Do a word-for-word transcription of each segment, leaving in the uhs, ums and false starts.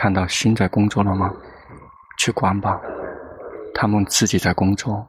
看到心在工作了吗？去观吧，他们自己在工作。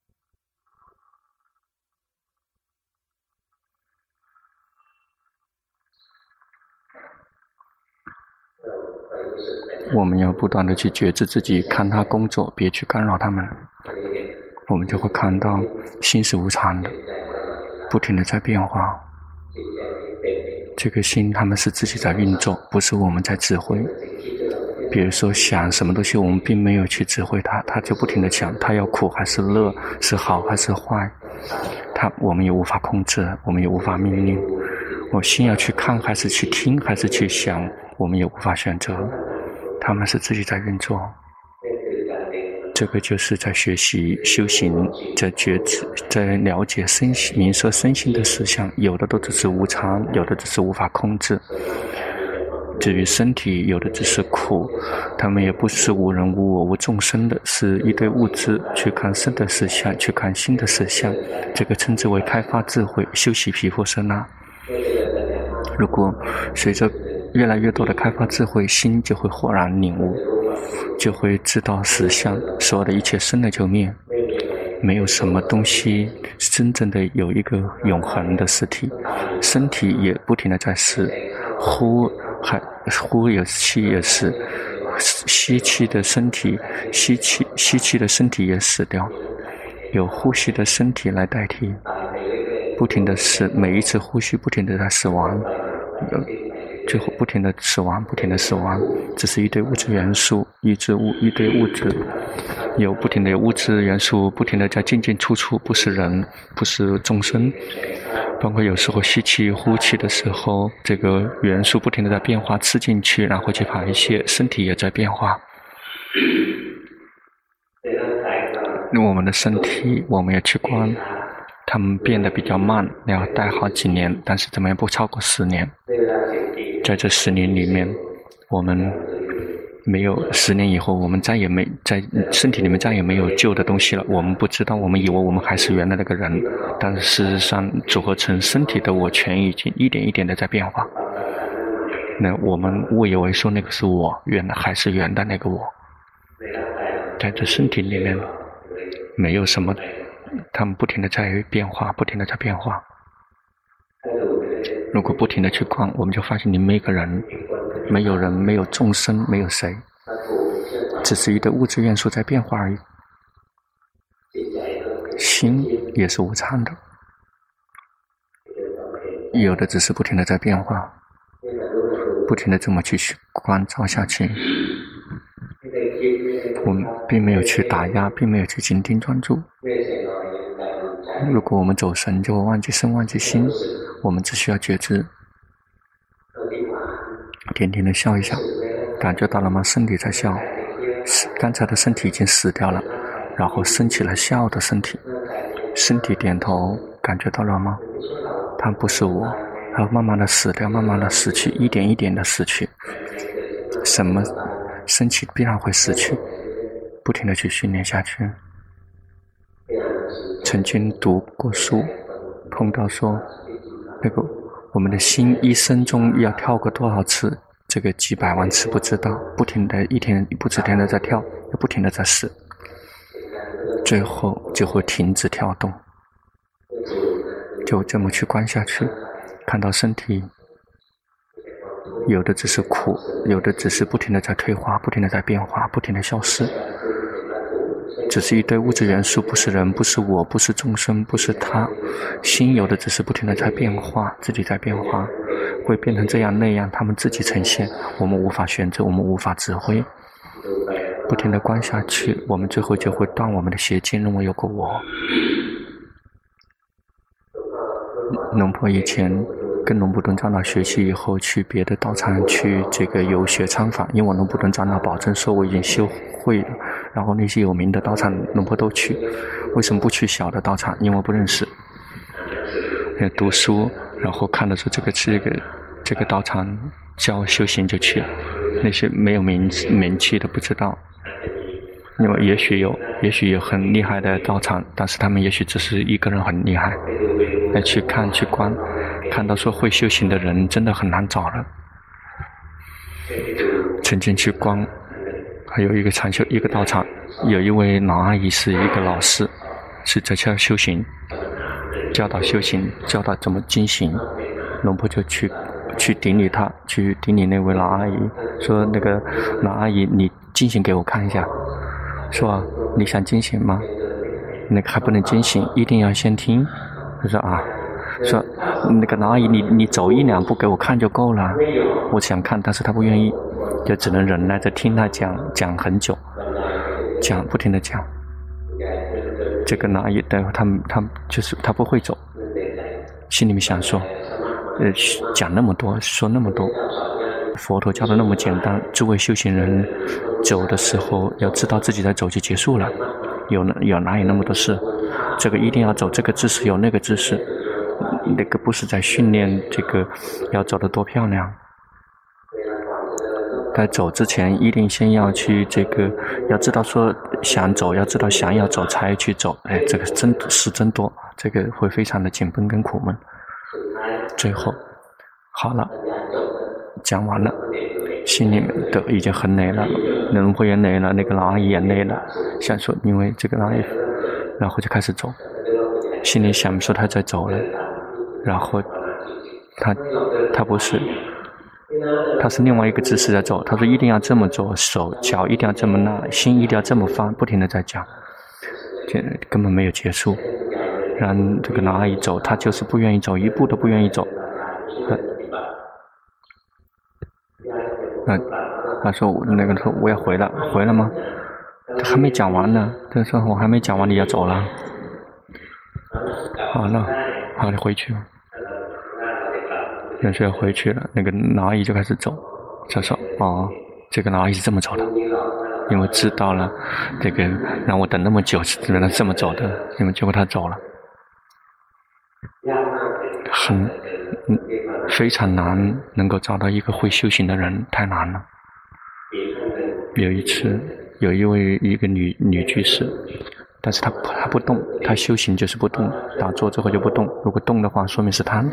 我们要不断的去觉知自己，看他工作，别去干扰他们。我们就会看到心是无常的，不停的在变化。这个心他们是自己在运作，不是我们在指挥。比如说想什么东西，我们并没有去指挥它，它就不停的想，它要苦还是乐，是好还是坏，它我们也无法控制，我们也无法命令。我心要去看还是去听还是去想，我们也无法选择，他们是自己在运作。这个就是在学习修行，在觉知，在了解身心明色身心的实相，有的都只是无常，有的只是无法控制。至于身体，有的只是苦，他们也不是无人无我无众生的，是一堆物质。去看身的实相，去看心的实相，这个称之为开发智慧，修习毗婆舍那。如果随着越来越多的开发智慧，心就会豁然领悟，就会知道实相，所有的一切生了就灭，没有什么东西真正的有一个永恒的实体。身体也不停的在死，呼还呼有气也死，吸气的身体吸气吸气的身体也死掉，有呼吸的身体来代替，不停的死，每一次呼吸不停的在死亡，最后不停的死亡，不停的死亡，这是一堆物质元素，一堆物一堆物质，有不停的有物质元素，不停的在进进出出，不是人，不是众生。包括有时候吸气呼气的时候，这个元素不停的在变化，吃进去然后去排泄，身体也在变化。那我们的身体我们也去观，他们变得比较慢，要待好几年，但是怎么样不超过十年。在这十年里面，我们没有十年以后，我们再也没在身体里面再也没有旧的东西了。我们不知道，我们以为我们还是原来那个人，但是事实上组合成身体的我全已经一点一点的在变化。那我们误以为说那个是我，原来还是原来那个我。在这身体里面没有什么，他们不停的在变化，不停的在变化。如果不停的去逛，我们就发现你没有个人，没有人，没有众生，没有谁，只是一堆物质元素在变化而已。心也是无常的，有的只是不停的在变化，不停的这么去关照下去。我们并没有去打压，并没有去紧盯专注。如果我们走神，就会忘记身，忘记心。我们只需要觉知，甜甜的笑一笑，感觉到了吗？身体在笑，刚才的身体已经死掉了，然后升起了笑的身体，身体点头，感觉到了吗？它不是我，它慢慢的死掉，慢慢的死去，一点一点的死去。什么生气必然会死去，不停的去训练下去。曾经读过书，碰到说那个我们的心一生中要跳过多少次，这个几百万次不知道，不停的一天不止天的在跳，又不停的在死，最后就会停止跳动。就这么去观下去，看到身体有的只是苦，有的只是不停的在退化，不停的在变化，不停的消失，只是一堆物质元素，不是人，不是我，不是众生，不是他。心有的只是不停的在变化，自己在变化，会变成这样那样，他们自己呈现，我们无法选择，我们无法指挥。不停的观下去，我们最后就会断我们的邪见，认为有个我。龙婆以前跟龙布顿长老学习以后，去别的道场去这个游学参访，因为我龙布顿长老保证说我已经修会了，然后那些有名的道场龙婆都去，为什么不去小的道场？因为我不认识。读书，然后看的说这个这个这个道场教修行就去了，那些没有名名气的不知道。因为也许有，也许有很厉害的道场，但是他们也许只是一个人很厉害。来去看去观，看到说会修行的人真的很难找了。曾曾经去光，还有一个禅修一个道场，有一位老阿姨是一个老师，是在教修行，教导修行，教导怎么精行。龙婆就去去顶礼他，去顶礼那位老阿姨，说那个老阿姨，你精行给我看一下。说啊，你想精行吗？那个还不能精行，一定要先听。他说啊，说那个老阿姨，你你走一两步给我看就够了。我想看，但是他不愿意，就只能忍耐着听他讲讲很久，讲不停的讲。这个老阿姨的他他就是他不会走，心里面想说，呃，讲那么多，说那么多，佛陀教的那么简单，诸位修行人走的时候要知道自己在走就结束了，有有哪有那么多事？这个一定要走这个姿势，有那个姿势，那个不是在训练这个要走得多漂亮。在走之前一定先要去这个要知道说想走，要知道想要走才去走。哎，这个真事真多，这个会非常的紧绷跟苦闷。最后好了，讲完了，心里面都已经很累了，龙婆也累了，那个老阿姨也累了，想说因为这个老阿姨，然后就开始走，心里想说他在走了，然后他他不是。他是另外一个姿势在走，他说一定要这么做，手脚一定要这么那，心一定要这么放，不停的在讲，这根本没有结束。让这个老阿姨走，他就是不愿意走，一步都不愿意走。那他说那个说我要回了，回了吗？他还没讲完呢，他说我还没讲完，你要走了。好了，好，你回去吧。人说要回去了，那个老阿姨就开始走。他说：“哦，这个老阿姨是这么走的，因为知道了这个让我等那么久是原来这么走的，因为结果他走了，很嗯非常难能够找到一个会修行的人，太难了。有一次，有一位一个女女居士，但是她她不动，她修行就是不动，打坐之后就不动，如果动的话，说明是贪。”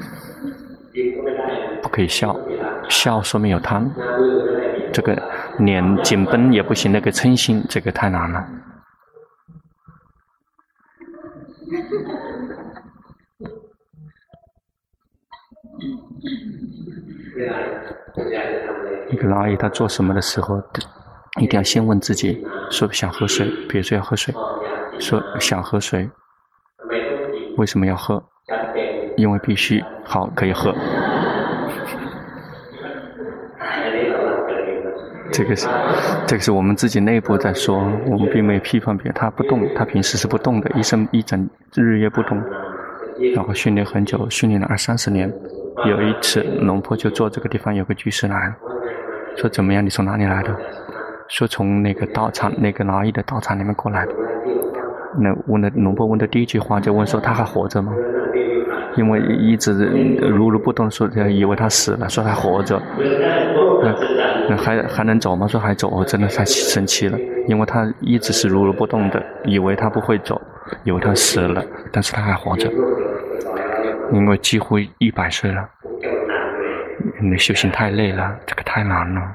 不可以笑，笑说明有贪。这个脸紧绷也不行，那个嗔心，这个太难了。一个老阿姨她做什么的时候，一定要先问自己，说想喝水，比如说要喝水，说想喝水，为什么要喝？因为必须，好，可以喝。这个是，这个是我们自己内部在说，我们并没有批判别人。他不动，他平时是不动的，一生一整日夜不动，然后训练很久，训练了二三十年。有一次，龙婆就坐这个地方，有个居士来了，说怎么样？你从哪里来的？说从那个道场，那个老阿姨的道场里面过来的。那问的龙婆问的第一句话就问说他还活着吗？因为一直如如不动，说以为他死了，说他活着，那那还还能走吗？说还走，我真的太生气了，因为他一直是如如不动的，以为他不会走，以为他死了，但是他还活着，因为几乎一百岁了，你修行太累了，这个太难了，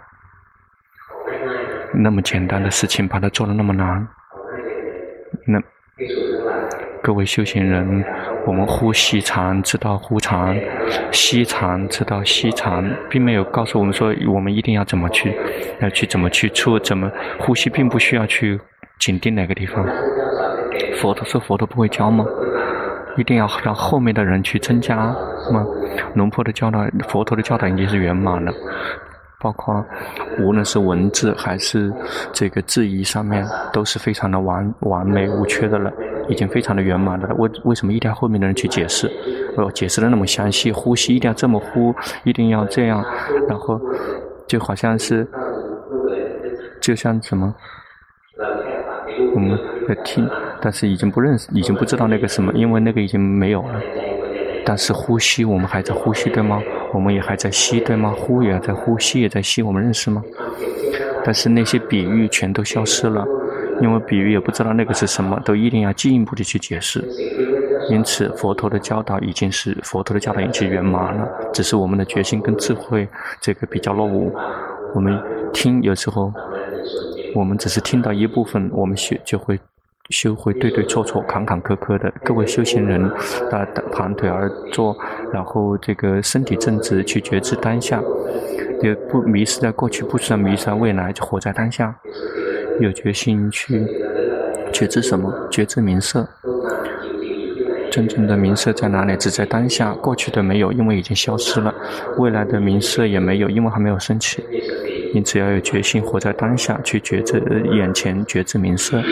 那么简单的事情把它做得那么难，那各位修行人，我们呼吸禅知道呼禅，吸禅知道吸禅，并没有告诉我们说我们一定要怎么去，要去怎么去出，怎么呼吸，并不需要去紧盯哪个地方。佛陀说佛陀不会教吗？一定要让后面的人去增加吗？龙婆的教导，佛陀的教导已经是圆满了。包括无论是文字还是这个字义上面，都是非常的完完美无缺的了，已经非常的圆满的了。为为什么一定要后面的人去解释？哦，解释的那么详细，呼吸一定要这么呼，一定要这样，然后就好像是，就像什么，我们在听，但是已经不认识，已经不知道那个什么，因为那个已经没有了。但是呼吸，我们还在呼吸，对吗？我们也还在吸，对吗？呼也在呼，吸也在吸，我们认识吗？但是那些比喻全都消失了，因为比喻也不知道那个是什么，都一定要进一步的去解释。因此，佛陀的教导已经是佛陀的教导已经圆满了，只是我们的决心跟智慧这个比较落伍。 我们听有时候我们只是听到一部分，我们学就会修会对对错错、坎坎坷坷的。各位修行人，啊，盘腿而坐，然后这个身体正直，去觉知当下，也不迷失在过去，不是迷失在未来，就活在当下，有决心去觉知什么？觉知名色。真正的名色在哪里？只在当下，过去的没有，因为已经消失了；未来的名色也没有，因为还没有升起。因此要有决心，活在当下，去觉知眼前，觉知名色。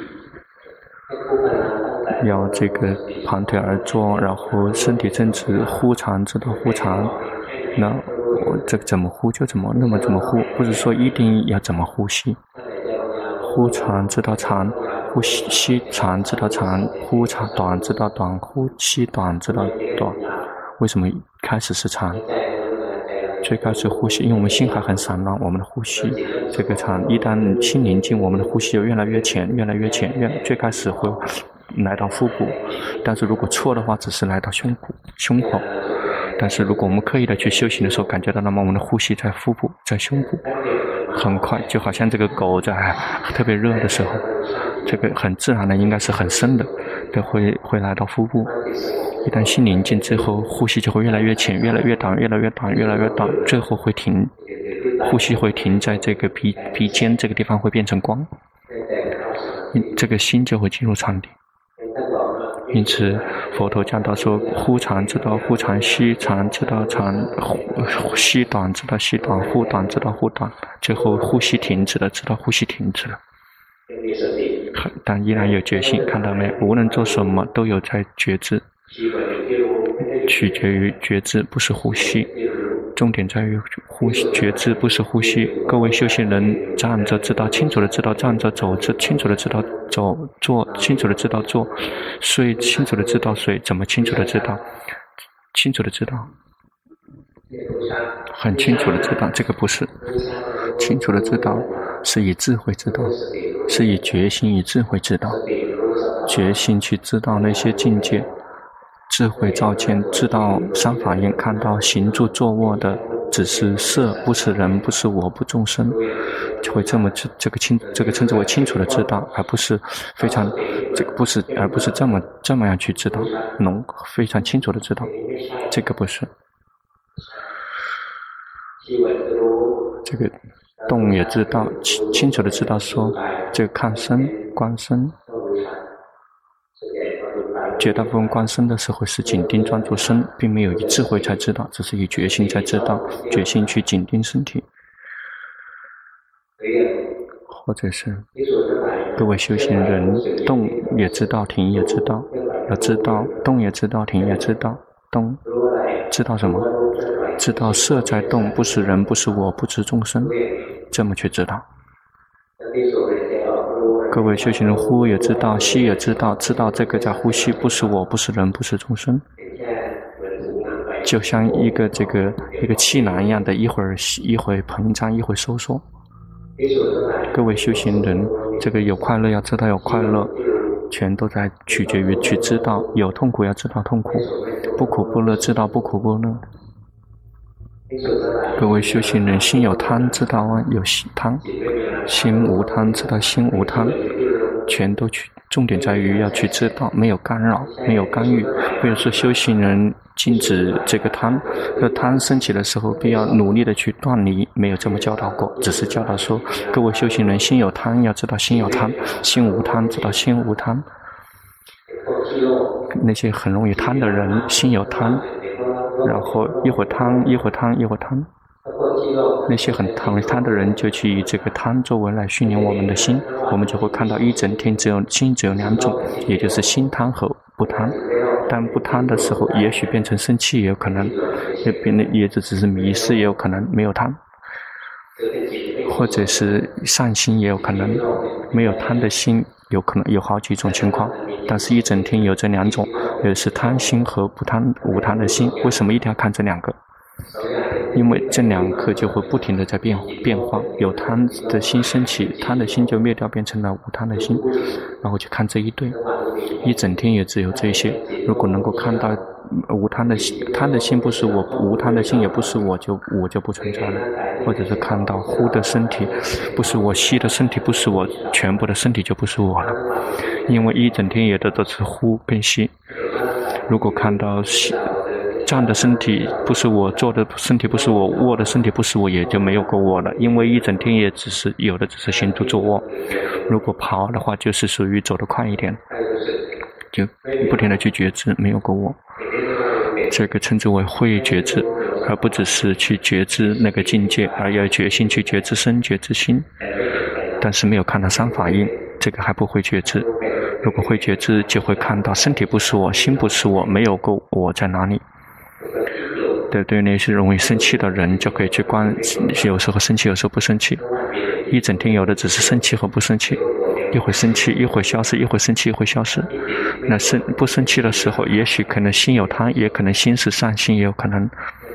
要这个盘腿而坐，然后身体正直，呼长知道呼长。那我这个怎么呼就怎么，那么怎么呼，不是说一定要怎么呼吸。呼长知道长。呼吸长知道长，呼长短知道短，呼吸短知道短。为什么开始是长？最开始呼吸，因为我们心还很散乱，我们的呼吸这个长。一旦心宁静，我们的呼吸就越来越浅，越来越浅，越最开始会来到腹部，但是如果错的话，只是来到胸部、胸口。但是如果我们刻意的去修行的时候，感觉到那么我们的呼吸在腹部，在胸部，很快，就好像这个狗在特别热的时候，这个很自然的，应该是很深的，都会会来到腹部。一旦心宁静之后，呼吸就会越来越浅，越来越短，越来越短，越来越短，最后会停，呼吸会停在这个鼻鼻尖这个地方，会变成光，这个心就会进入禅定。因此佛陀讲到说，呼长知道呼长，吸长知道长，吸短知道吸短，呼短知道呼短，最后呼吸停止了，知道呼吸停止了。但依然有决心，看到没有？无论做什么都有在觉知，取决于觉知，不是呼吸。重点在于呼吸，觉知不是呼吸。各位修行人站着知道清楚的知道站着，走着清楚的知道走，坐清楚的知道坐，睡清楚的知道睡。怎么清楚的知道？清楚的知道，很清楚的知道，这个不是清楚的知道，是以智慧知道，是以决心以智慧知道，决心去知道那些境界。智慧照见，知道三法印，看到行住坐卧的只是色，不是人，不是我，不众生，就会这么这个清这个称之为清楚的知道，而不是非常这个不是而不是这么这么样去知道，浓非常清楚的知道，这个不是。这个动也知道，清清楚的知道说，这个看身观身。绝大部分观身的时候是紧盯专注身，并没有以智慧才知道，只是以决心才知道，决心去紧盯身体。或者是各位修行人，动也知道，停也知道，要知道动也知道，停也知道。动知道什么？知道色在动，不是人，不是我，不是众生，这么去知道。各位修行人，呼也知道，吸也知道，知道这个在呼吸，不是我，不是人，不是众生，就像一个这个一个气囊一样的，一会儿一会儿膨胀，一会儿收缩。各位修行人，这个有快乐要知道有快乐，全都在取决于去知道；有痛苦要知道痛苦，不苦不乐知道不苦不乐。各位修行人，心有贪知道有贪，心无贪知道心无贪，全都去重点在于要去知道，没有干扰，没有干预。比如说修行人禁止这个贪，那贪升起的时候必要努力的去断离，没有这么教导过，只是教导说，各位修行人，心有贪要知道心有贪，心无贪知道心无贪。那些很容易贪的人，心有贪，然后一会儿贪一会儿贪一会儿贪，那些很贪贪的人就去以这个贪作为来训练我们的心，我们就会看到一整天只有心只有两种，也就是心贪和不贪。但不贪的时候，也许变成生气也有可能，也变得也只是迷失也有可能，没有贪，或者是善心也有可能，没有贪的心有可能有好几种情况，但是一整天有这两种，也是贪心和不贪无贪的心。为什么一定要看这两个？因为这两个就会不停地在变变化，有贪的心升起，贪的心就灭掉，变成了无贪的心，然后去看这一对，一整天也只有这些。如果能够看到无贪的心，贪的心不是我，无贪的心也不是我，就我就不存在了。或者是看到呼的身体不是我，吸的身体不是我，全部的身体就不是我了。因为一整天也都是呼跟吸。如果看到站的身体不是我，坐的身体不是我，卧的身体不是我，也就没有个我了。因为一整天也只是有的只是行住坐卧。如果跑的话，就是属于走得快一点，就不停地去觉知，没有个我。这个称之为慧觉知，而不只是去觉知那个境界，而要决心去觉知身觉知心。但是没有看到三法印，这个还不会觉知。如果会觉知，就会看到身体不是我，心不是我，没有个我在哪里。对对，那些容易生气的人就可以去观，有时候生气，有时候不生气。一整天有的只是生气和不生气，一会生气，一会消失，一会生气，一会消失。那生不生气的时候，也许可能心有贪，也可能心是善心，也有可能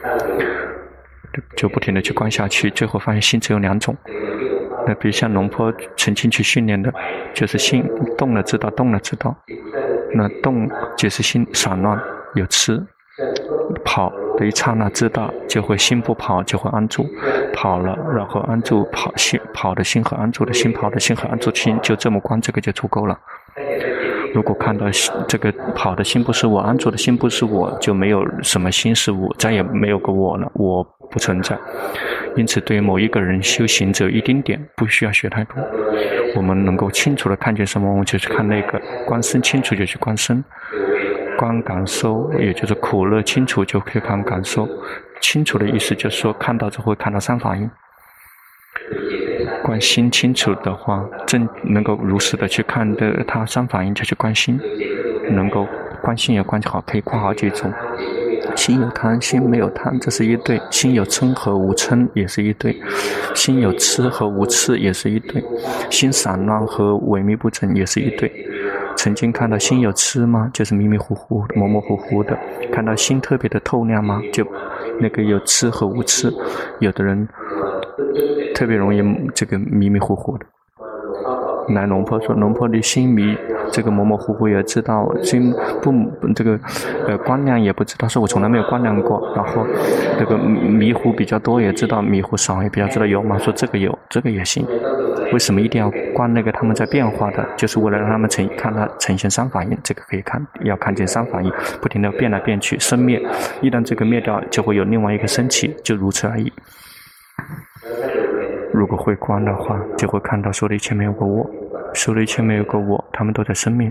就不停地去观下去，最后发现心只有两种。那比如像龙坡曾经去训练的，就是心动了知道，动了知道。那动就是心散乱有痴，跑的一刹那知道，就会心不跑，就会安住。跑了，然后安住，跑心跑的心和安住的心，跑的心和安住的心，就这么观，这个就足够了。如果看到这个跑的心不是我，安住的心不是我，就没有什么心是我，再也没有个我了，我不存在。因此对于某一个人修行只有一丁点，不需要学太多。我们能够清楚地看见什么，我们就去看那个，观身清楚就去观身，观感受也就是苦乐清楚就可以看感受。清楚的意思就是说看到就会看到三法印。观心清楚的话，正能够如实的去看的他三法印，就去观心，能够观心也观好，可以观好几种。心有贪，心没有贪，这是一对；心有嗔和无嗔也是一对；心有痴和无痴也是一对；心散乱和萎靡不振也是一对。曾经看到心有痴吗？就是迷迷糊糊、模模糊糊的。看到心特别的透亮吗？就那个有痴和无痴。有的人特别容易这个迷迷糊糊的。来龙坡说，龙坡的心迷，这个模模糊糊也知道，心不这个呃光亮也不知道，说我从来没有光亮过。然后这个迷糊比较多也知道，迷糊少也比较知道有吗？说这个有，这个也行。为什么一定要观那个他们在变化的？就是为了让他们呈看它呈现三法印，这个可以看，要看见三法印不停地变来变去，生灭，一旦这个灭掉，就会有另外一个升起，就如此而已。如果会观的话，就会看到所有的一切没有个我，所有的一切没有个我，他们都在生灭。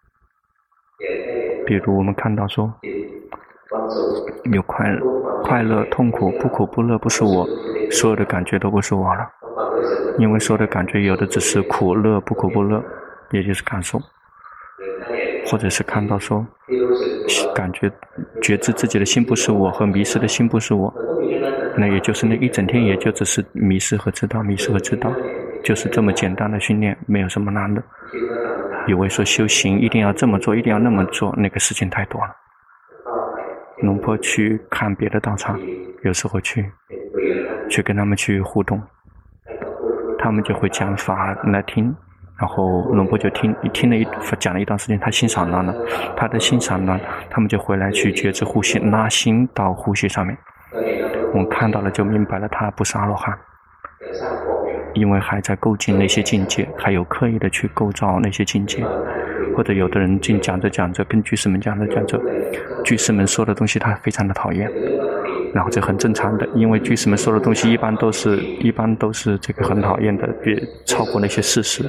比如我们看到说，有快乐、快乐、痛苦、不苦不乐，不是我，所有的感觉都不是我了。因为所有的感觉有的只是苦乐、不苦不乐，也就是感受。或者是看到说，感觉觉知自己的心不是我和迷失的心不是我，那也就是那一整天也就只是迷失和知道，迷失和知道，就是这么简单的训练，没有什么难的。以为说修行一定要这么做，一定要那么做，那个事情太多了。龙坡去看别的道场，有时候去去跟他们去互动，他们就会讲法来听，然后龙坡就听听了一讲了一段时间，他心散乱了，他的心散乱，他们就回来去觉知呼吸，拉心到呼吸上面。我们看到了就明白了，他不是阿罗汉，因为还在构建那些境界，还有刻意的去构造那些境界。或者有的人竟讲着讲着跟居士们讲着讲着，居士们说的东西他非常的讨厌，然后这很正常的，因为居士们说的东西一般都是一般都是这个很讨厌的，别超过那些事实，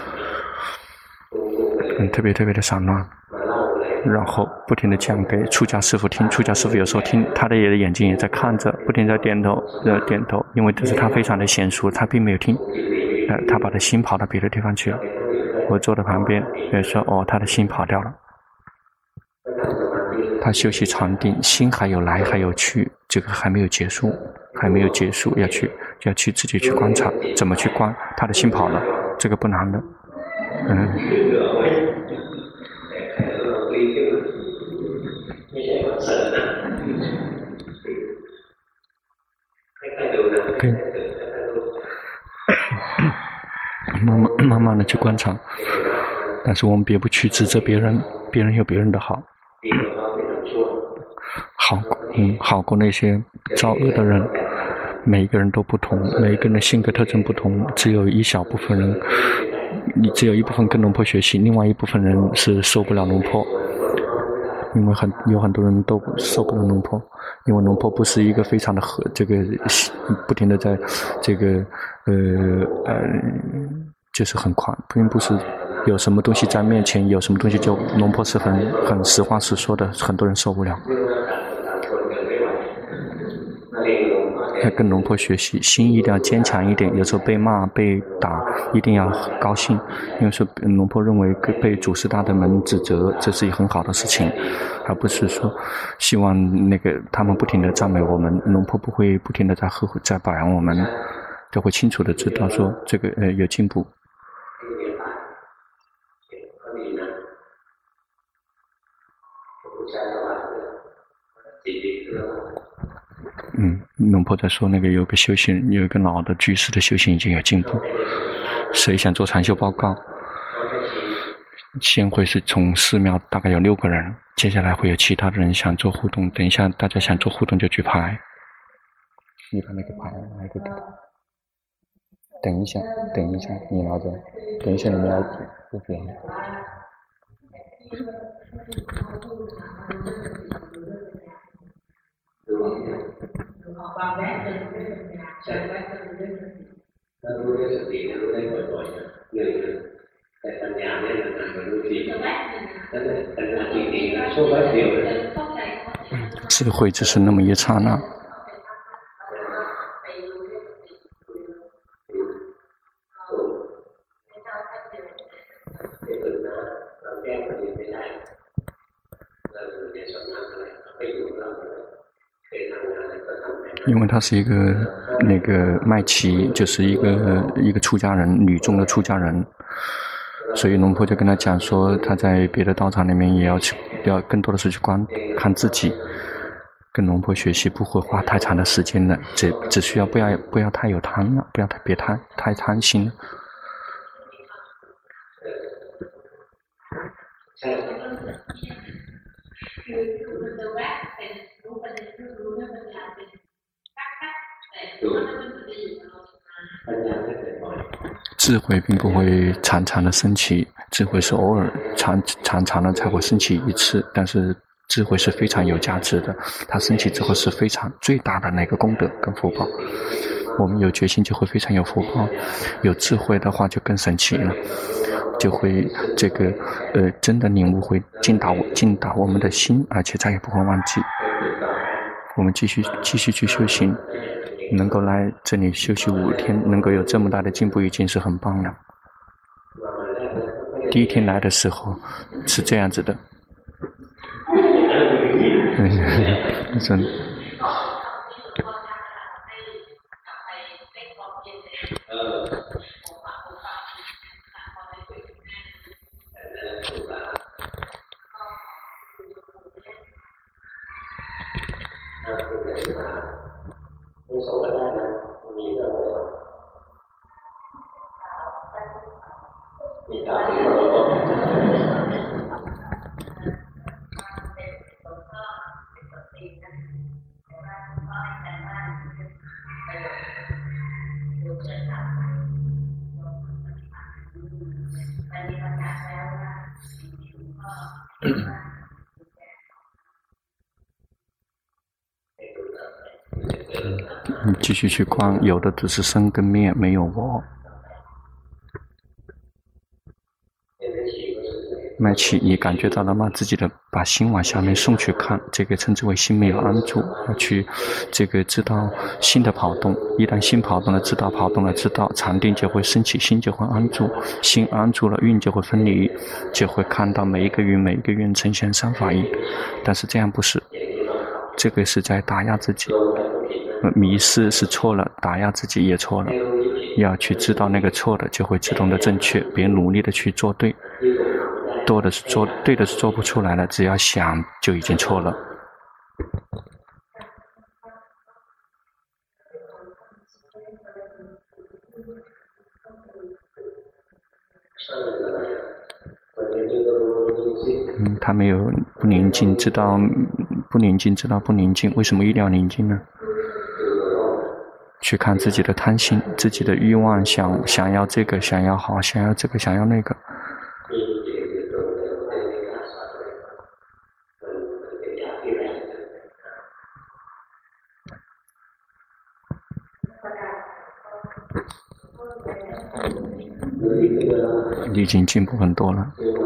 嗯，特别特别的散乱。然后不停地讲给出家师父听，出家师父有时候听，他的眼睛也在看着，不停地在点头呃点头，因为这是他非常的娴熟，他并没有听，呃，他把他心跑到别的地方去了。我坐在旁边也说，哦，他的心跑掉了。他休息禅定，心还有来还有去，这个还没有结束，还没有结束，要去要去自己去观察，怎么去观，他的心跑了，这个不难的，嗯。可以慢慢慢慢的去观察，但是我们别不去指责别人，别人有别人的好。 嗯，好过那些造恶的人。每一个人都不同，每一个人的性格特征不同，只有一小部分人，你只有一部分跟龙婆学习，另外一部分人是受不了龙婆，因为很有很多人都受不了龙婆，因为龙婆不是一个非常的和这个不停的在这个呃呃就是很快，并不是有什么东西在面前，有什么东西就龙婆是很很实话实说的，很多人受不了。要跟龙婆学习，心一定要坚强一点。有时候被骂、被打，一定要高兴，因为说龙婆认为被祖师大德们指责，这是一很好的事情，而不是说希望那个他们不停地赞美我们，龙婆不会不停地在呵护、在表扬我们，就会清楚地知道说这个呃有进步。嗯，龙婆在说那个有个修行，有一个老的居士的修行已经有进步。谁想做禅修报告？先会是从寺庙大概有六个人，接下来会有其他的人想做互动。等一下大家想做互动就举牌。你把那个牌拿给他。等一下，等一下，你拿着。等一下你们要不给。智慧只是那么一刹那。因为他是一个那个麦琪，就是一个一个出家人，女众的出家人，所以龙婆就跟他讲说，他在别的道场里面也要去，要更多的是去观看自己，跟龙婆学习不会花太长的时间的，只只需要不要不要太有贪了，不要太别太太贪心了。智慧并不会常常的升起，智慧是偶尔常常常的才会升起一次，但是智慧是非常有价值的，它升起之后是非常最大的那个功德跟福报。我们有决心就会非常有福报，有智慧的话就更神奇了，就会这个呃真的领悟会进达我进达我们的心，而且再也不会忘记。我们继续继续去修行，能够来这里休息五天，能够有这么大的进步，已经是很棒了。第一天来的时候是这样子的，真。你继续去观，有的只是生跟灭，没有我。麦琪，你感觉到了吗？自己的把心往下面送去看，这个称之为心没有安住，要去这个知道心的跑动。一旦心跑动了，知道跑动了，知道禅定就会升起，心就会安住，心安住了，蕴就会分离，就会看到每一个蕴每一个蕴呈现三法印。但是这样不是，这个是在打压自己，迷失是错了，打压自己也错了。要去知道那个错的，就会自动的正确，别努力的去做对。多的是做对的是做不出来了，只要想就已经错了。嗯，他没有不宁静，知道不宁静，知道不宁静。为什么一定要宁静呢？去看自己的贪心，自己的欲望，想想要这个，想要好，想要这个，想要那个。你已经进步很多了。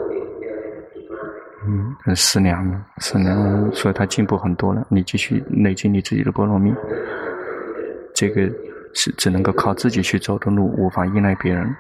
嗯，思量了，思量，所以他进步很多了。你继续内进你自己的波罗蜜，这个是只能够靠自己去走的路，无法依赖别人。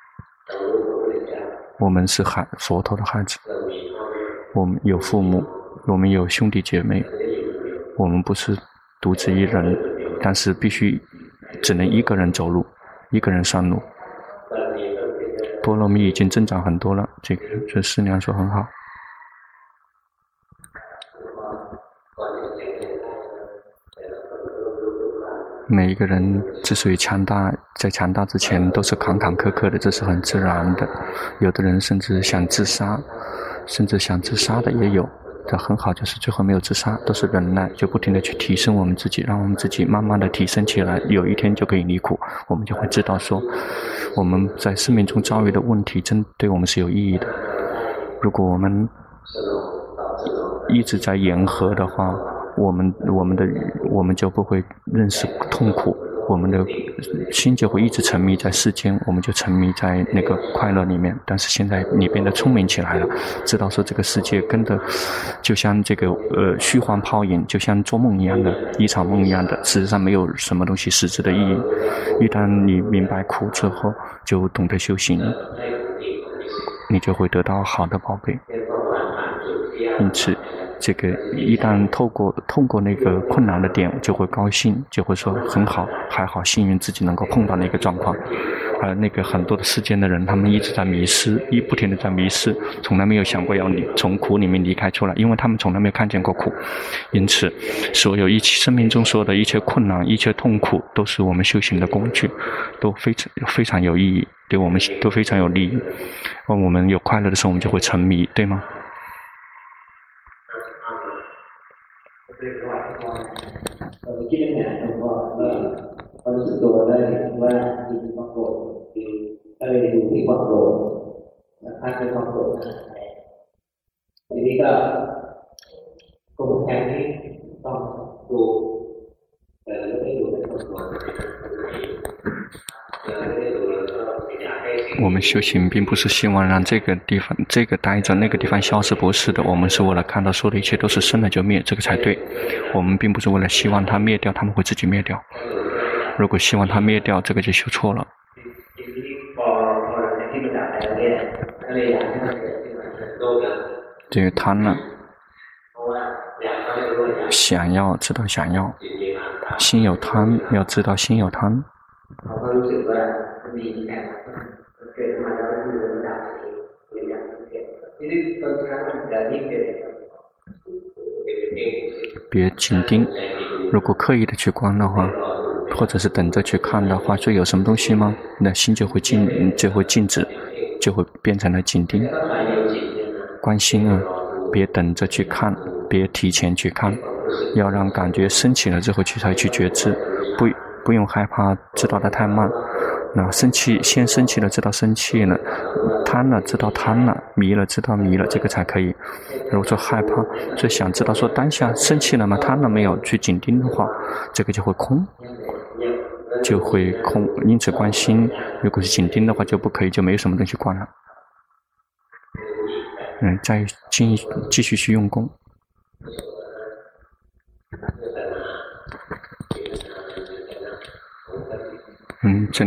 我们是孩佛陀的孩子，我们有父母，我们有兄弟姐妹，我们不是独自一人，但是必须只能一个人走路，一个人上路。波罗蜜已经增长很多了，这个这思量说很好。每一个人之所以强大，在强大之前都是坎坎坷坷的，这是很自然的。有的人甚至想自杀，甚至想自杀的也有。这很好，就是最后没有自杀，都是忍耐，就不停地去提升我们自己，让我们自己慢慢的提升起来，有一天就可以离苦。我们就会知道说，我们在生命中遭遇的问题真对我们是有意义的。如果我们一直在言和的话，我们我们的我们就不会认识痛苦，我们的心就会一直沉迷在世间，我们就沉迷在那个快乐里面。但是现在你变得聪明起来了，知道说这个世界跟的就像这个呃虚幻泡影，就像做梦一样的，一场梦一样的，事实上没有什么东西实质的意义。一旦你明白苦之后，就懂得修行，你就会得到好的宝贝。因此这个一旦透过通过那个困难的点，就会高兴，就会说很好，还好幸运自己能够碰到那个状况。而那个很多的世间的人，他们一直在迷失，一不停地在迷失，从来没有想过要你从苦里面离开出来，因为他们从来没有看见过苦。因此所有一切生命中所有的一切困难，一切痛苦，都是我们修行的工具，都非常非常有意义，对我们都非常有利益。而我们有快乐的时候，我们就会沉迷，对吗？ คิดอย่างนี้ผมก็เออรู้สึกตัวได้ว่ามีความโกรธก็เลยดูที่ความโกรธพักในความโกรธทีนี้ก็กลุ่มแทนที่ต้องดูแต่เราไม่ดูในความโกรธ我们修行并不是希望让这个地方这个待着那个地方消失，不是的，我们是为了看到所有的一切都是生了就灭，这个才对。我们并不是为了希望它灭掉，他们会自己灭掉。如果希望它灭掉，这个就修错了。这个贪呢，想要知道想要，心有贪，要知道心有贪。别紧盯，如果刻意的去观的话，或者是等着去看的话，说有什么东西吗？那心就会静，就会静止，就会变成了紧盯。观心啊，别等着去看，别提前去看，要让感觉升起了之后去才去觉知，不不用害怕知道的太慢。那生气先生气了知道生气了，贪了知道贪了，迷了知道迷了，这个才可以。如果说害怕，就想知道说当下生气了吗？贪了没有？去紧盯的话，这个就会空，就会空。因此观心，如果是紧盯的话就不可以，就没有什么东西观了。嗯，再继继续去用功。嗯，这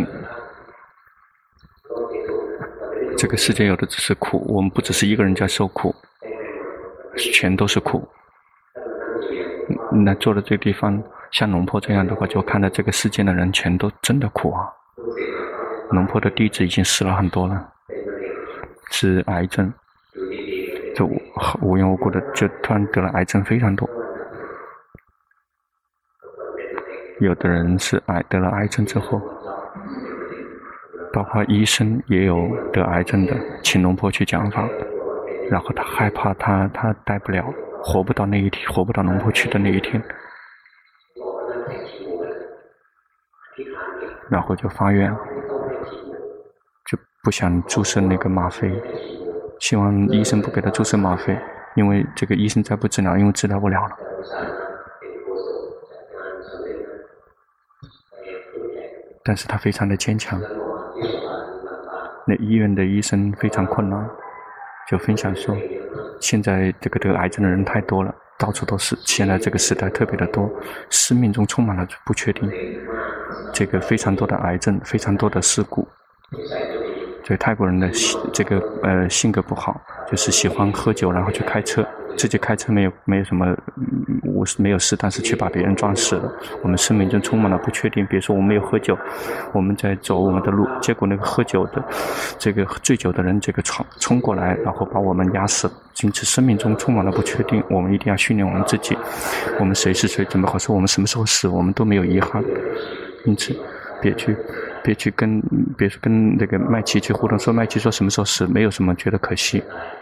这个世界有的只是苦，我们不只是一个人在受苦，全都是苦。那坐的这个地方，像龙婆这样的话，就看到这个世界的人全都真的苦啊。龙婆的弟子已经死了很多了，是癌症，就无缘无故的就突然得了癌症，非常多。有的人是癌得了癌症之后，包括医生也有得癌症的，请龙婆去讲法，然后他害怕他他待不了， 活不到那一天，活不到龙婆去的那一天，然后就发愿，就不想注射那个吗啡，希望医生不给他注射吗啡，因为这个医生再不治疗，因为治疗不了了。但是他非常的坚强。那医院的医生非常困难，就分享说，现在这个得癌症的人太多了，到处都是，现在这个时代特别的多，生命中充满了不确定，这个非常多的癌症，非常多的事故。所以泰国人的这个呃性格不好，就是喜欢喝酒，然后去开车，自己开车没有没有什么无没有事，但是却把别人撞死了。我们生命中充满了不确定。比如说我们没有喝酒，我们在走我们的路，结果那个喝酒的这个醉酒的人这个冲冲过来，然后把我们压死了。因此生命中充满了不确定，我们一定要训练我们自己，我们谁是谁，怎么回事，我们什么时候死，我们都没有遗憾。因此别去别去跟别去跟那个麦琪去互动，说麦琪说什么时候死，没有什么觉得可惜。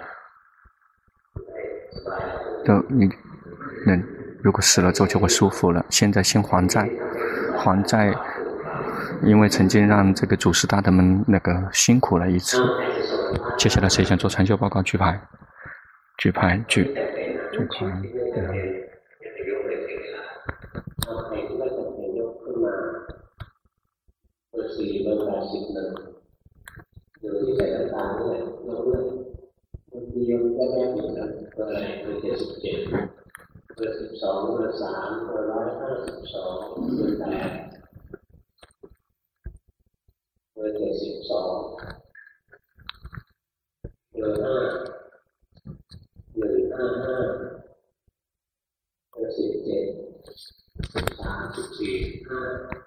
都你那如果死了之后就会舒服了。现在先还债，还债，因为曾经让这个祖师大德们那个辛苦了一次。接下来谁想做禅修报告？举牌，举牌，举举牌。嗯เบอร์สี่เบอร์แปดสิบหนึ่งเบอร์ที่ใส่น้ำตาลเนี่ยยกเลิกบางทียังแยกๆอยู่นะเบอร์อะไรเบอร์เจ็ดสิบเจ็ดเบอร์สิบสองเบอร์สามเบอร์ร้อยห้าสิบสองเบอร์แปดเบอร์เจ็ดสิบสองเบอร์ห้าหนึ่งห้าห้าเบอร์สิบเจ็ดสิบสามสิบสี่ห้า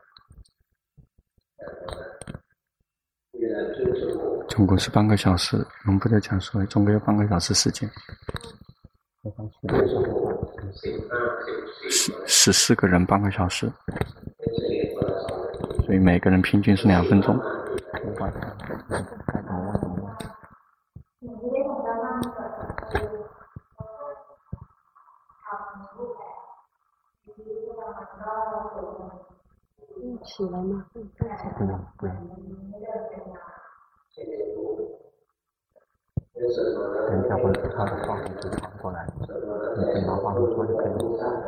总共是半个小时，我们不再讲说总共有半个小时时间。十十四个人半个小时，所以每个人平均是两分钟。 起来吗？ 不用不用。等一下会他的话筒就传过来，你可以拿话筒说就可以了。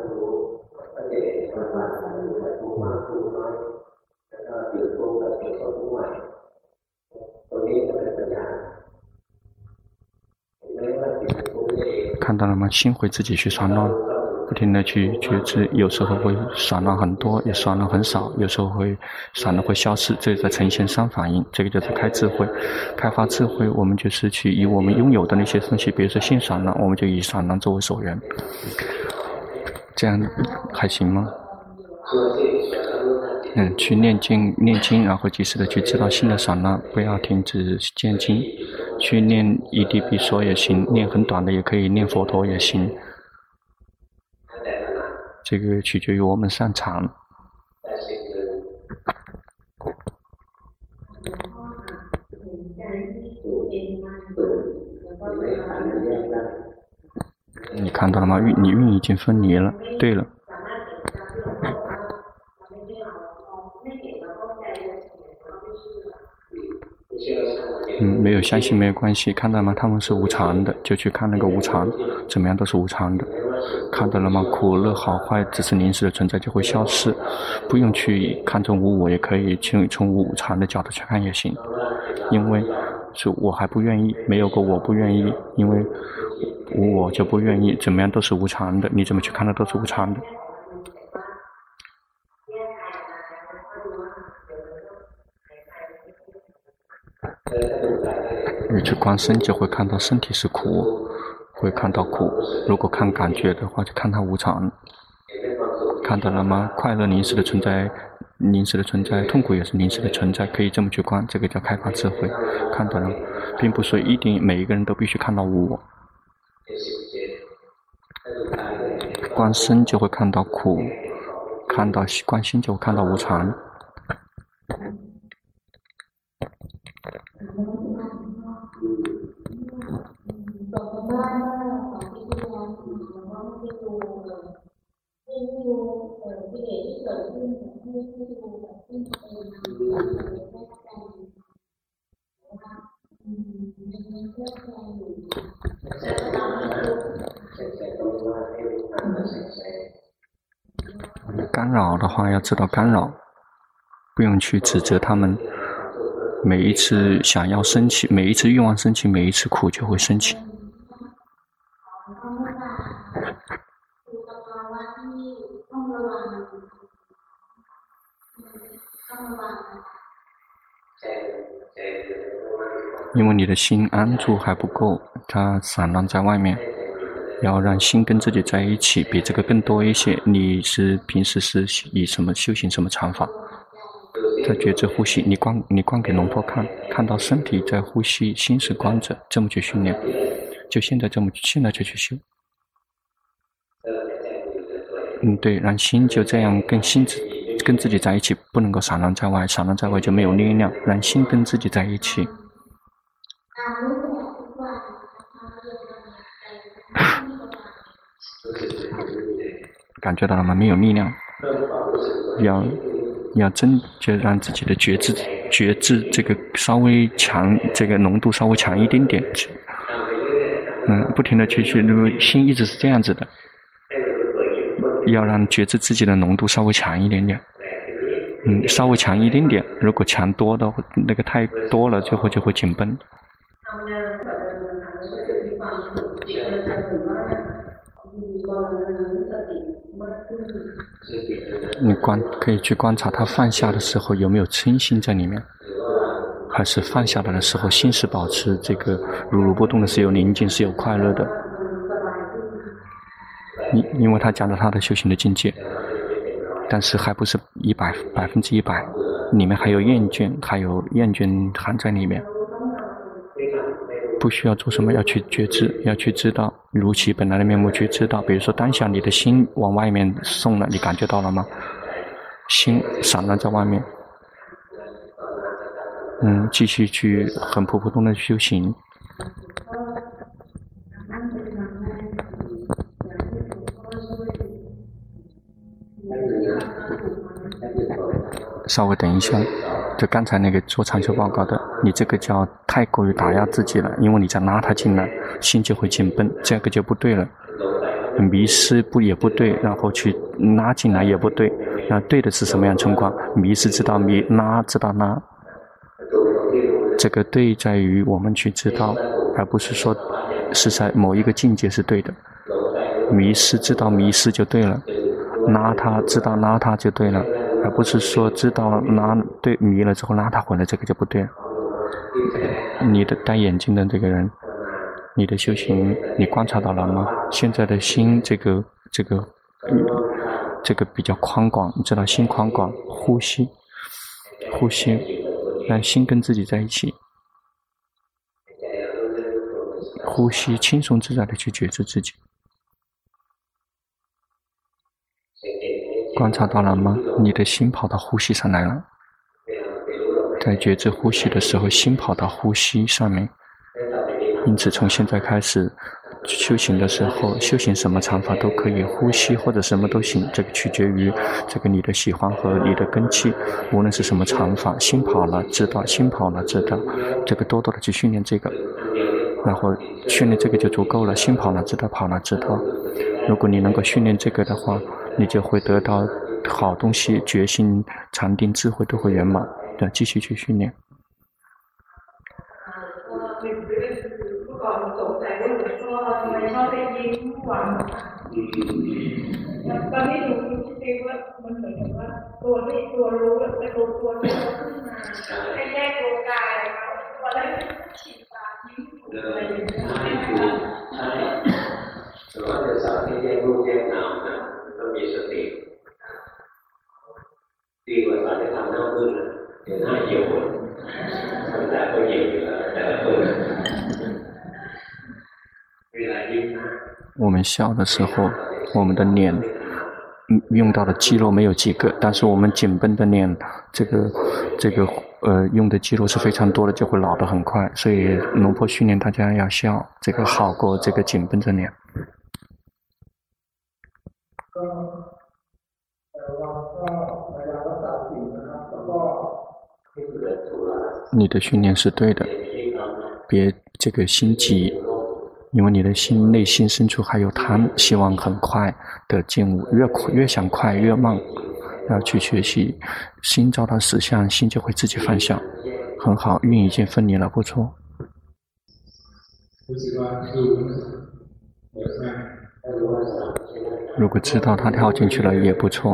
看到了吗？心会自己去散乱。不停地去觉知，有时候会散乱很多，也散乱很少，有时候会散乱会消失，这在呈现三反应。这个就是开智慧，开发智慧，我们就是去以我们拥有的那些东西，比如说性散乱，我们就以散乱作为所缘，这样还行吗？嗯，去念经，念经，然后及时的去知道新的散乱，不要停止念经，去念一地比说也行，念很短的也可以，念佛陀也行。这个取决于我们擅长。你看到了吗？运你运已经分离了。对了。嗯，没有相信没有关系，看到吗？他们是无常的，就去看那个无常，怎么样都是无常的。看到了吗？苦乐好坏只是临时的存在，就会消失，不用去看成无我，也可以去从无常的角度去看也行。因为是我还不愿意，没有个我不愿意，因为无我就不愿意，怎么样都是无常的，你怎么去看的都是无常的。你去观身就会看到身体是苦，会看到苦。如果看感觉的话，就看它无常。看到了吗？快乐临时的存在，临时的存在；痛苦也是临时的存在，可以这么去观，这个叫开发智慧。看到了，并不是一定每一个人都必须看到无我。观身就会看到苦，看到观心就会看到无常。 干扰的话，要知道干扰，不用去指责他们。每一次想要升起，每一次欲望升起，每一次苦就会升起。因为你的心安住还不够，它散乱在外面，要让心跟自己在一起，比这个更多一些。你是平时是以什么修行什么禅法？在觉知呼吸，你观你观给龙婆看，看到身体在呼吸，心是观着，这么去训练，就现在这么现在就去修。嗯，对，让心就这样跟心跟自己在一起，不能够散乱在外，散乱在外就没有力量，让心跟自己在一起。感觉到了吗？没有力量，要要真就让自己的觉知觉知这个稍微强，这个浓度稍微强一点点。嗯，不停的去去，那个心一直是这样子的，要让觉知自己的浓度稍微强一点点。嗯，稍微强一点点，如果强多的那个太多了，最后就会紧绷。你观可以去观察他放下的时候有没有嗔心在里面，还是放下来的时候心是保持这个如如不动的，是有宁静，是有快乐的。因因为他讲了他的修行的境界，但是还不是一百百分之一百，里面还有厌倦，还有厌倦含在里面。不需要做什么，要去觉知，要去知道如其本来的面目，去知道。比如说当下你的心往外面送了，你感觉到了吗？心散乱在外面。嗯，继续去很普普通的修行。稍微等一下，就刚才那个做长修报告的，你这个叫太过于打压自己了，因为你在拉他进来，心就会紧绷，这个就不对了。迷失不也不对，然后去拉进来也不对。那对的是什么样情况？迷失知道迷，拉知道拉。这个对在于我们去知道，而不是说是在某一个境界是对的。迷失知道迷失就对了，拉他知道拉他就对了。而不是说知道拉对迷了之后拉他回来，这个就不对了。你的戴眼镜的这个人，你的修行你观察到了吗？现在的心这个这个、嗯、这个比较宽广，你知道心宽广，呼吸呼吸，让心跟自己在一起，呼吸轻松自在的去觉知自己。观察到了吗？你的心跑到呼吸上来了，在觉知呼吸的时候，心跑到呼吸上面。因此从现在开始修行的时候，修行什么禅法都可以，呼吸或者什么都行，这个取决于这个你的喜欢和你的根器。无论是什么禅法，心跑了知道，心跑了知道，这个多多的去训练这个，然后训练这个就足够了。心跑了知道，跑了知道。如果你能够训练这个的话，你就会得到好东西，决心、禅定、智慧都会圆满的。继续去训练。我们笑的时候，我们的脸用到的肌肉没有几个，但是我们紧绷的脸，这个这个呃用的肌肉是非常多的，就会老得很快。所以龙婆训练大家要笑，这个好过这个紧绷着脸。 ก็เราก็พยายาม你的训练是对的，别这个心急，因为你的心内心深处还有贪，希望很快的进入，越快越想快越慢，要去学习，心照到实相，心就会自己放下，很好，运已经分离了，不错。如果知道他跳进去了也不错。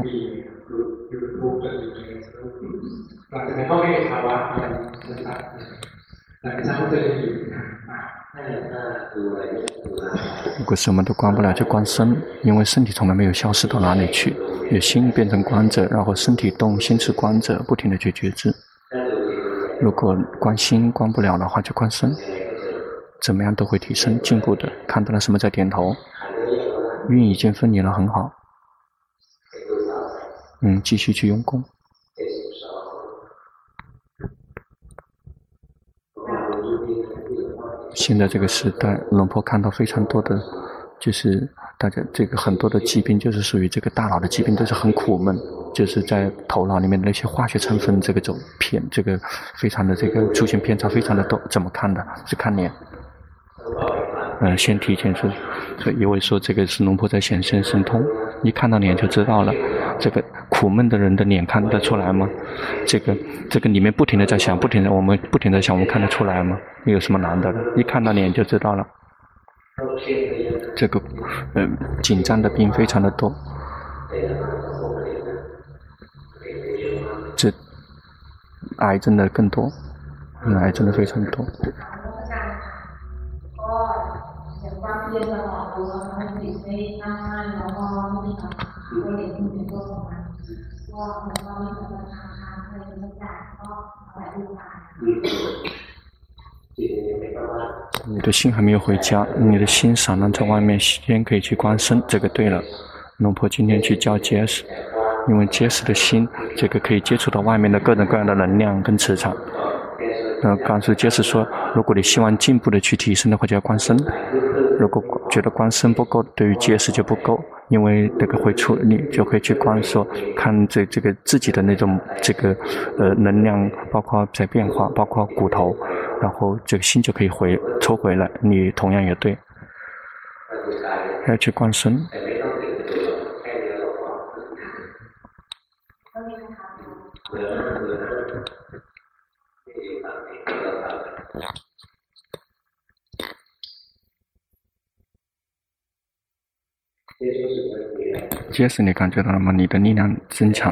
如果什么都关不了就关身，因为身体从来没有消失到哪里去，有心变成观者，然后身体动，心是观者，不停地去觉知。如果关心关不了的话就关身，怎么样都会提升进步的。看到了什么在点头，运已经分离了，很好。嗯，继续去用功。现在这个时代，龙婆看到非常多的，就是大家这个很多的疾病，就是属于这个大脑的疾病，都是很苦闷，就是在头脑里面的那些化学成分，这个种偏，这个非常的这个出现偏差，非常的多。怎么看的？是看脸。嗯、呃，先提前说，所以一位说这个是龙婆在显现神通，一看到脸就知道了。这个苦闷的人的脸看得出来吗？这个这个里面不停的在想，不停的我们不停的想，我们看得出来吗？有什么难的了？一看到脸就知道了。这个呃紧张的病非常的多，这癌症的更多，嗯，癌症的非常多。你的心还没有回家，你的心散乱在外面，先可以去观身，这个对了。龙婆今天去教结实，因为结实的心，这个可以接触到外面的各种各样的能量跟磁场。然后告诉结实说，如果你希望进步的去提升的话，就要观身。如果觉得观身不够，对于结实就不够，因为这个会出，你就会去观说，看这这个自己的那种这个呃能量，包括在变化，包括骨头，然后这个心就可以回抽回来。你同样也对，要去观身。结实你感觉到了吗？你的力量增强，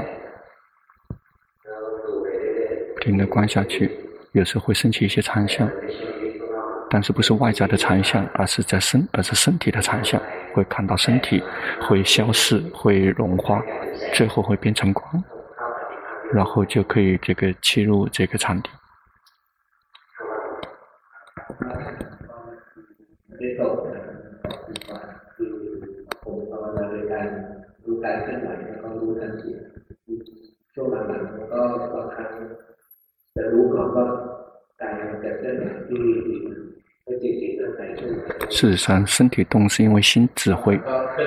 不停地观下去，有时会升起一些残像，但是不是外在的残像，而是在身，而是身体的残像，会看到身体会消逝，会融化，最后会变成光，然后就可以这个切入这个场地。事实上，身体动是因为心指挥。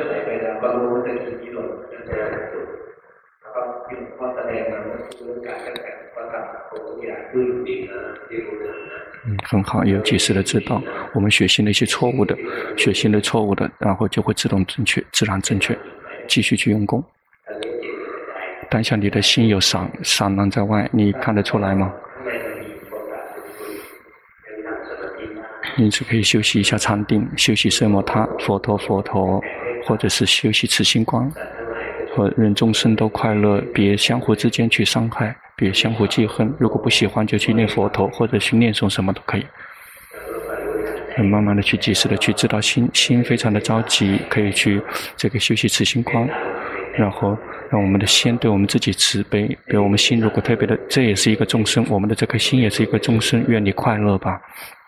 嗯，很好，有及时的知道我们学习那些错误的，学习了错误的，然后就会自动正确，自然正确，继续去用功。当下你的心有散散乱在外，你看得出来吗？因此可以休息一下禅定，休息奢摩他，佛陀佛陀，或者是休息慈心观，和人众生都快乐，别相互之间去伤害，别相互记恨。如果不喜欢就去念佛陀，或者去念诵什么都可以。慢慢的去及时的去知道心，心非常的着急，可以去这个休息慈心观，然后让我们的心对我们自己慈悲。比如我们心如果特别的，这也是一个众生，我们的这颗心也是一个众生，愿你快乐吧。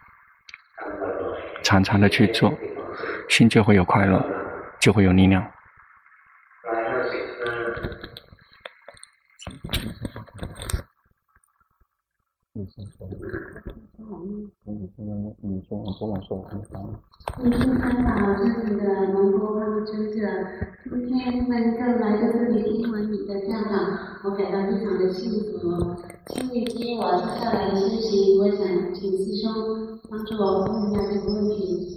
常常的去做，心就会有快乐，就会有力量。你先说。你先，你先，我不敢说，我很烦。 你是参考自己的龙婆帮助者，今天他们就来到这里听闻你的教导。 我感到非常的幸福。星期天我下来休息，我想请师兄帮助我问一下这个问题。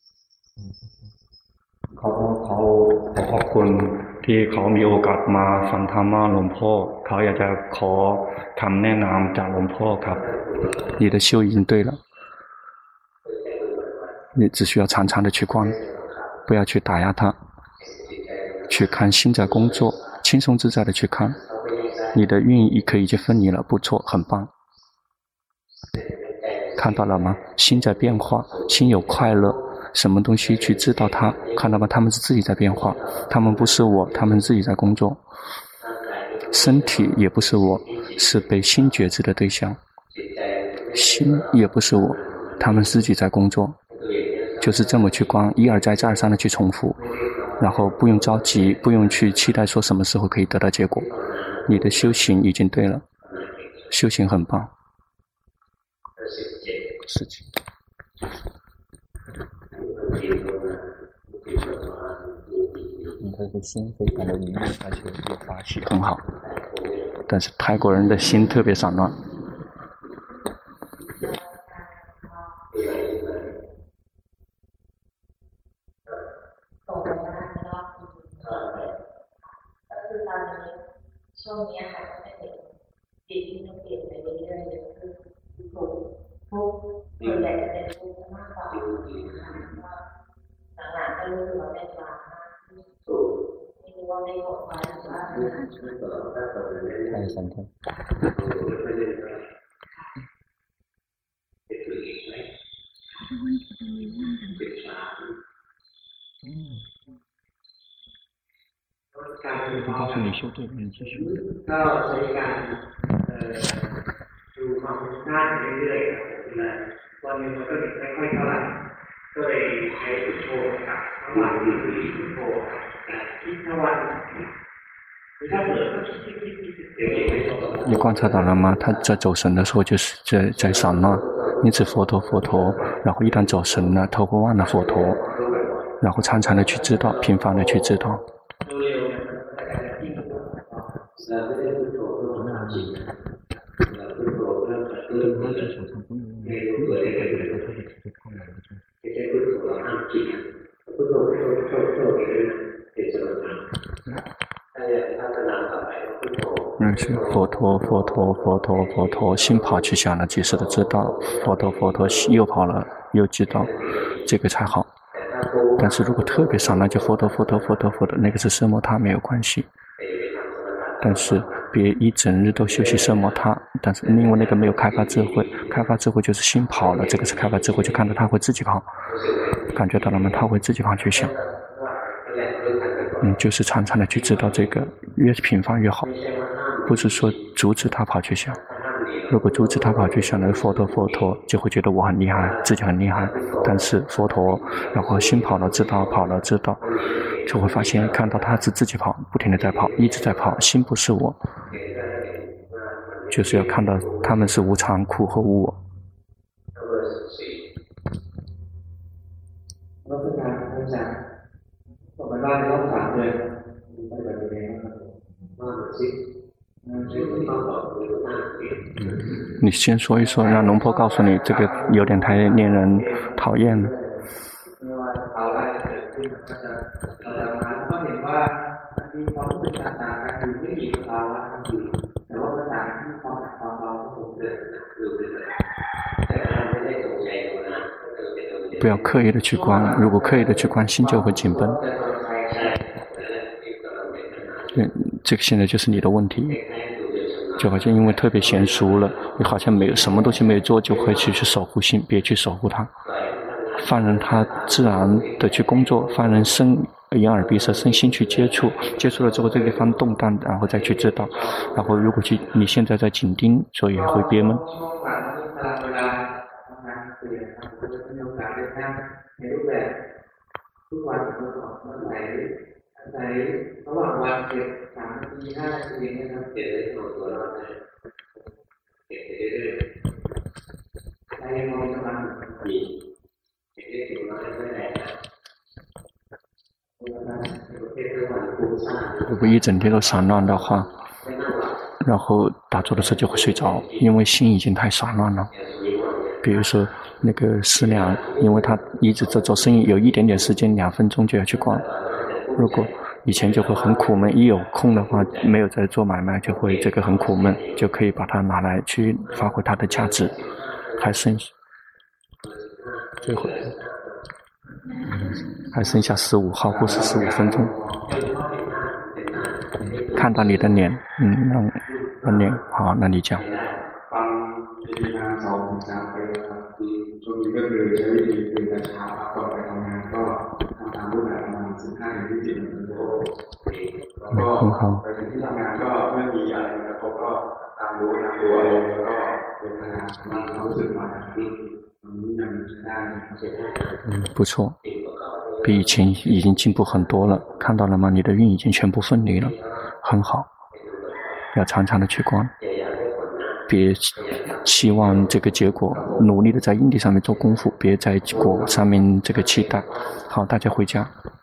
เขาเขาขอขอบคุณที่เขามีโอกาสมาฟังธรรมะหลวงพ่อเขาอยากจะขอคำแนะนำจากหลวงพ่อครับ你的修已经对了，你只需要常常的去观，不要去打压它，去看心在工作，轻松自在的去看，你的运已可以已经分离了，不错，很棒。看到了吗？心在变化，心有快乐，什么东西去知道它？看到吗？他们是自己在变化，他们不是我，他们自己在工作。身体也不是我，是被心觉知的对象。心也不是我，他们自己在工作。就是这么去观，一而再再而三的去重复，然后不用着急，不用去期待说什么时候可以得到结果。你的修行已经对了，修行很棒。事情。你这个心非常的灵敏，而且有发喜很好，但是泰国人的心特别散乱。 ช่วงนี้ค่ะก็จะเห็นจิตที่มันเปลี่ยนไปเรื่อยๆคือทุกทุกส่วนใหญ่จะเป็นทุกข์มากกว่าหลังๆก็รู้สึกว่าเป็นกลางมากไม่รู้ว่าไม่หมดไปหรือว่าใช่สันติการ告诉你修对了，你继续。 ก็ใช้การดูความคุ้มค่าไปเรื่อยๆนะวันนึงมันก็ไม่ค่อยเท่าไหร่ก็เลยใช้พุทโธกับระหว่างที่พุทโธคิดทั้งวันถ้าเกิดก็คิดคิดคิดคิดเดี๋ยว你观察到了吗？他在走神的时候就是在在散乱，因此佛陀佛陀，然后一旦走神了，头会忘了佛陀，然后常常的去知道，频繁的去知道。那是佛陀佛陀佛陀佛陀，心跑去想了，及时的知道，佛陀佛陀又跑了又知道，这个才好。但是如果特别散乱，就佛陀佛陀佛陀佛陀，那个是奢摩他没有关系。但是别一整日都休息奢摩他，但是因为那个没有开发智慧，开发智慧就是心跑了，这个是开发智慧，就看到他会自己跑，感觉到了吗？他会自己跑去想。嗯，就是常常的去知道这个，越频繁越好，不是说阻止他跑去想。如果阻止他跑去想的佛陀佛陀，就会觉得我很厉害，自己很厉害。但是佛陀，然后心跑了知道，跑了知道，就会发现看到他是自己跑，不停的在跑，一直在跑，心不是我，就是要看到他们是无常、苦和无我。你先说一说，让龙婆告诉你，这个有点太令人讨厌了。不要刻意的去观，如果刻意的去观，心就会紧绷。对，这个现在就是你的问题，就好像因为特别娴熟了，你好像没有什么东西没有做，就会去去守护心，别去守护它，放任它自然的去工作，放任身眼耳鼻舌身心去接触，接触了之后这个地方动荡，然后再去知道，然后如果去你现在在紧盯，所以会憋闷。 ระหว่างวันเก็บสามนาทีห้านาทีเนี่ยครับเก็บได้ตัวตัวเราได้เก็บไปเรื่อยๆถ้ายังมองกำลังดีเก็บได้ตัวเราได้ไม่ได้如果一整天都散乱的话， 然后打坐的时候就会睡着，因为心已经太散乱了。比如说那个师娘，因为她一直在做生意，有一点点时间，两分钟就要去逛。如果以前就会很苦闷，一有空的话，没有在做买卖，就会这个很苦闷，就可以把它拿来去发挥它的价值。还剩最后还剩下十五号或是十五分钟。看到你的脸，嗯，那那脸好，那你讲。很好。嗯，不错，比以前已经进步很多了。看到了吗？你的运已经全部分离了，很好。要常常的去观，别期望这个结果，努力的在因地上面做功夫，别在果上面这个期待。好，大家回家。